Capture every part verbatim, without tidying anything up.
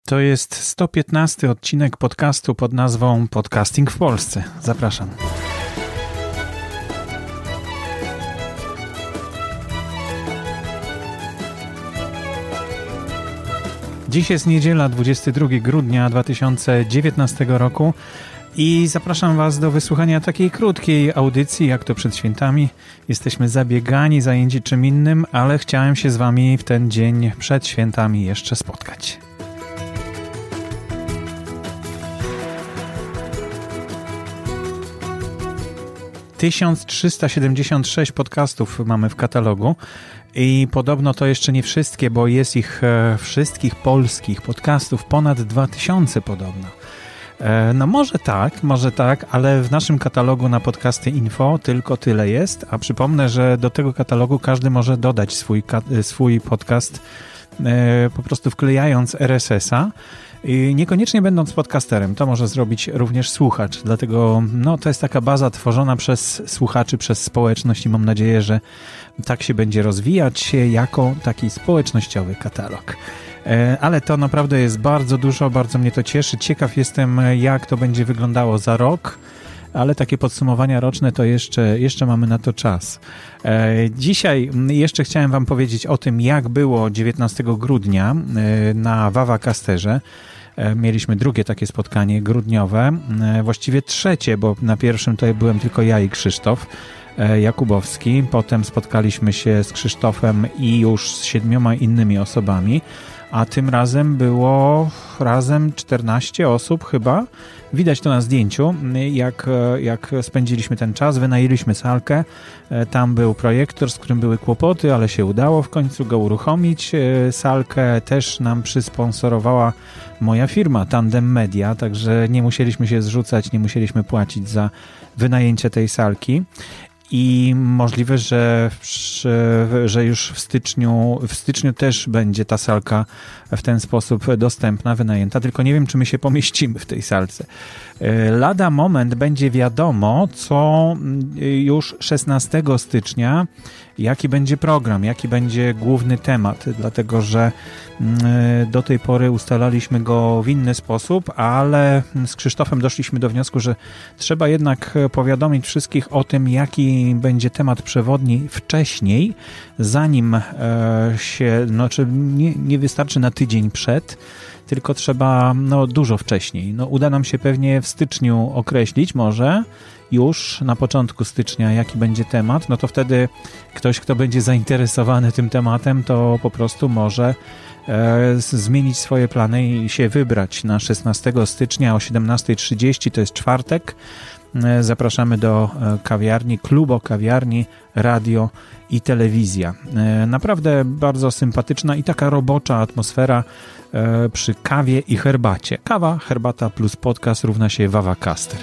To jest sto piętnasty odcinek podcastu pod nazwą Podcasting w Polsce. Zapraszam. Dziś jest niedziela, dwudziestego drugiego grudnia dwa tysiące dziewiętnastego roku i zapraszam Was do wysłuchania takiej krótkiej audycji, jak to przed świętami. Jesteśmy zabiegani, zajęci czym innym, ale chciałem się z Wami w ten dzień przed świętami jeszcze spotkać. tysiąc trzysta siedemdziesiąt sześć podcastów mamy w katalogu i podobno to jeszcze nie wszystkie, bo jest ich e, wszystkich polskich podcastów ponad dwa tysiące podobno. E, no może tak, może tak, ale w naszym katalogu na podcasty info tylko tyle jest, a przypomnę, że do tego katalogu każdy może dodać swój, swój podcast e, po prostu wklejając R S S a. I niekoniecznie będąc podcasterem, to może zrobić również słuchacz, dlatego no, to jest taka baza tworzona przez słuchaczy, przez społeczność i mam nadzieję, że tak się będzie rozwijać się jako taki społecznościowy katalog. Ale to naprawdę jest bardzo dużo, bardzo mnie to cieszy. Ciekaw jestem, jak to będzie wyglądało za rok, ale takie podsumowania roczne to jeszcze, jeszcze mamy na to czas. Dzisiaj jeszcze chciałem Wam powiedzieć o tym, jak było dziewiętnastego grudnia na Wawacasterze. Mieliśmy drugie takie spotkanie grudniowe, właściwie trzecie, bo na pierwszym to byłem tylko ja i Krzysztof Jakubowski. Potem spotkaliśmy się z Krzysztofem i już z siedmioma innymi osobami, a tym razem było razem czternaście osób chyba. Widać to na zdjęciu, jak, jak spędziliśmy ten czas. Wynajęliśmy salkę, tam był projektor, z którym były kłopoty, ale się udało w końcu go uruchomić. Salkę też nam przysponsorowała moja firma Tandem Media, także nie musieliśmy się zrzucać, nie musieliśmy płacić za wynajęcie tej salki. I możliwe, że, że już w styczniu, w styczniu też będzie ta salka w ten sposób dostępna, wynajęta, tylko nie wiem, czy my się pomieścimy w tej salce. Lada moment będzie wiadomo, co już szesnastego stycznia, jaki będzie program, jaki będzie główny temat, dlatego że do tej pory ustalaliśmy go w inny sposób, ale z Krzysztofem doszliśmy do wniosku, że trzeba jednak powiadomić wszystkich o tym, jaki będzie temat przewodni wcześniej, zanim się, no, czy nie, nie wystarczy na tydzień przed, tylko trzeba no, dużo wcześniej. No, uda nam się pewnie w styczniu określić może już na początku stycznia, jaki będzie temat, no to wtedy ktoś, kto będzie zainteresowany tym tematem, to po prostu może e, zmienić swoje plany i się wybrać na szesnastego stycznia o siedemnasta trzydzieści, to jest czwartek. E, zapraszamy do e, kawiarni, klubo kawiarni, radio i telewizja. E, naprawdę bardzo sympatyczna i taka robocza atmosfera e, przy kawie i herbacie. Kawa, herbata plus podcast równa się Wawacaster.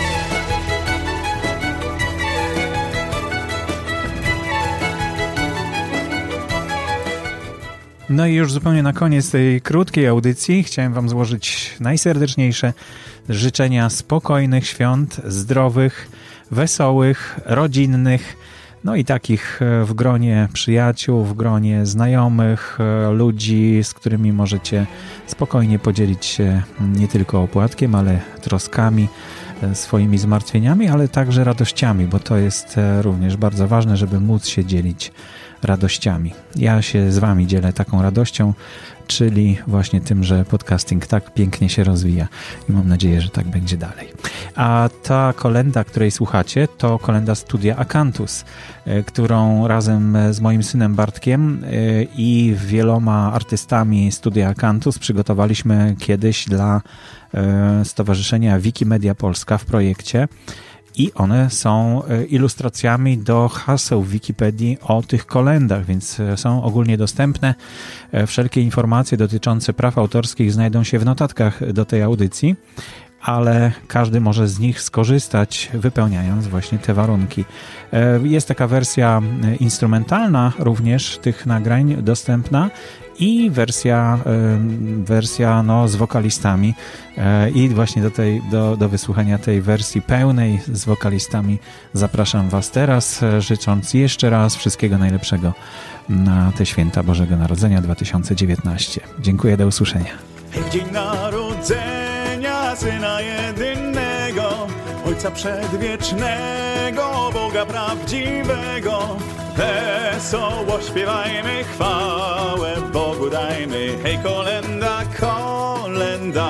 No i już zupełnie na koniec tej krótkiej audycji chciałem Wam złożyć najserdeczniejsze życzenia spokojnych świąt, zdrowych, wesołych, rodzinnych, no i takich w gronie przyjaciół, w gronie znajomych, ludzi, z którymi możecie spokojnie podzielić się nie tylko opłatkiem, ale troskami, swoimi zmartwieniami, ale także radościami, bo to jest również bardzo ważne, żeby móc się dzielić radościami. Ja się z Wami dzielę taką radością, czyli właśnie tym, że podcasting tak pięknie się rozwija i mam nadzieję, że tak będzie dalej. A ta kolenda, której słuchacie, to kolenda Studia Akantus, którą razem z moim synem Bartkiem i wieloma artystami Studia Akantus przygotowaliśmy kiedyś dla Stowarzyszenia Wikimedia Polska w projekcie. I one są ilustracjami do haseł w Wikipedii o tych kolendach, więc są ogólnie dostępne. Wszelkie informacje dotyczące praw autorskich znajdą się w notatkach do tej audycji, ale każdy może z nich skorzystać, wypełniając właśnie te warunki. Jest taka wersja instrumentalna również tych nagrań dostępna i wersja, wersja no, z wokalistami i właśnie do, tej, do, do wysłuchania tej wersji pełnej z wokalistami zapraszam Was teraz, życząc jeszcze raz wszystkiego najlepszego na te święta Bożego Narodzenia dwa tysiące dziewiętnaście. Dziękuję, do usłyszenia. Hej, w dzień narodzenia Syna jedynego, Ojca przedwiecznego, Boga prawdziwego. Wesoło śpiewajmy, chwałę Bogu dajmy. Hej, kolenda, kolenda.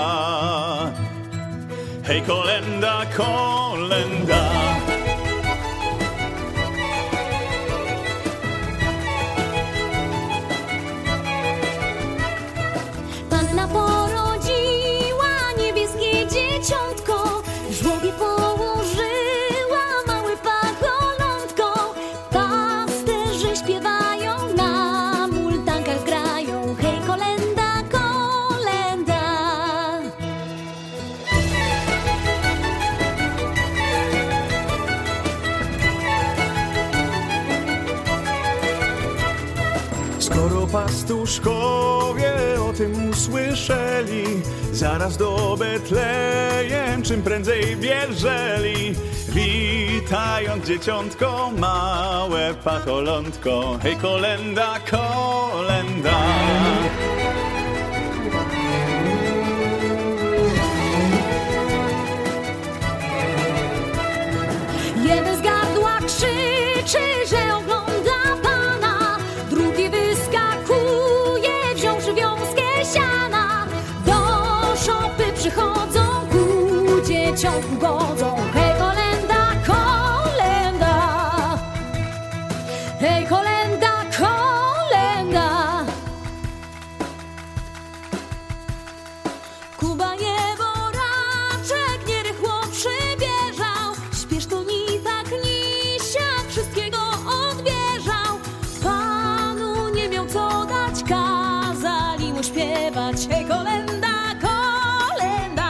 Hej, kolenda, kolenda. Panna porodziła niebieskie dzieciątko, w żłobie położyła mały pacholątko. Pasterze śpiewają, na multankach grają. Hej, kolenda, kolenda. Skoro pastuszkowie o tym usłyszeli, zaraz do Betlejem czym prędzej bierzeli. Witając dzieciątko, małe pacholątko. Hej, kolenda, kolenda. Jeden z gardła krzyczy, że ogląda Pana, drugi wyskakuje, wziąwszy wiązkę siana. Do szopy przychodzą, ku dzieciątku godzą. Hej, kolenda, kolenda. Hej, kolenda, kolenda. Kuba nieboraczek nierychło przybieżał, śpiesz to ni tak ni siak, wszystkiego odbieżał. Panu nie miał co dać, kazali mu śpiewać. Hej, kolenda, kolenda.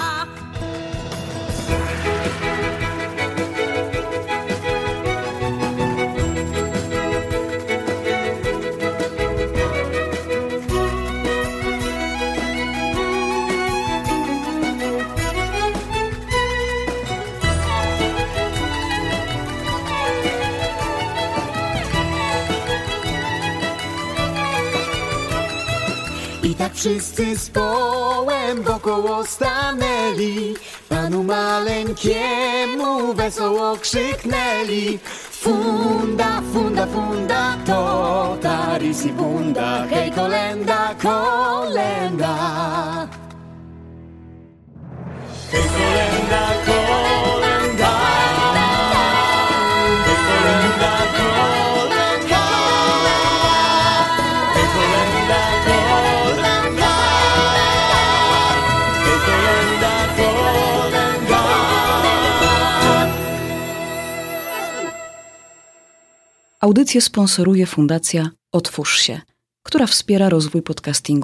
I tak wszyscy z połem wokoło stanęli, Panu maleńkiemu wesoło krzyknęli. Funda, funda, funda, to taris i bunda. Hej, kolenda, kolenda. Hej, kolenda, kolenda. Hej, kolenda, kolenda. Hej, kolenda, kolenda. Hej, kolenda, kolenda. Audycję sponsoruje Fundacja Otwórz się, która wspiera rozwój podcastingu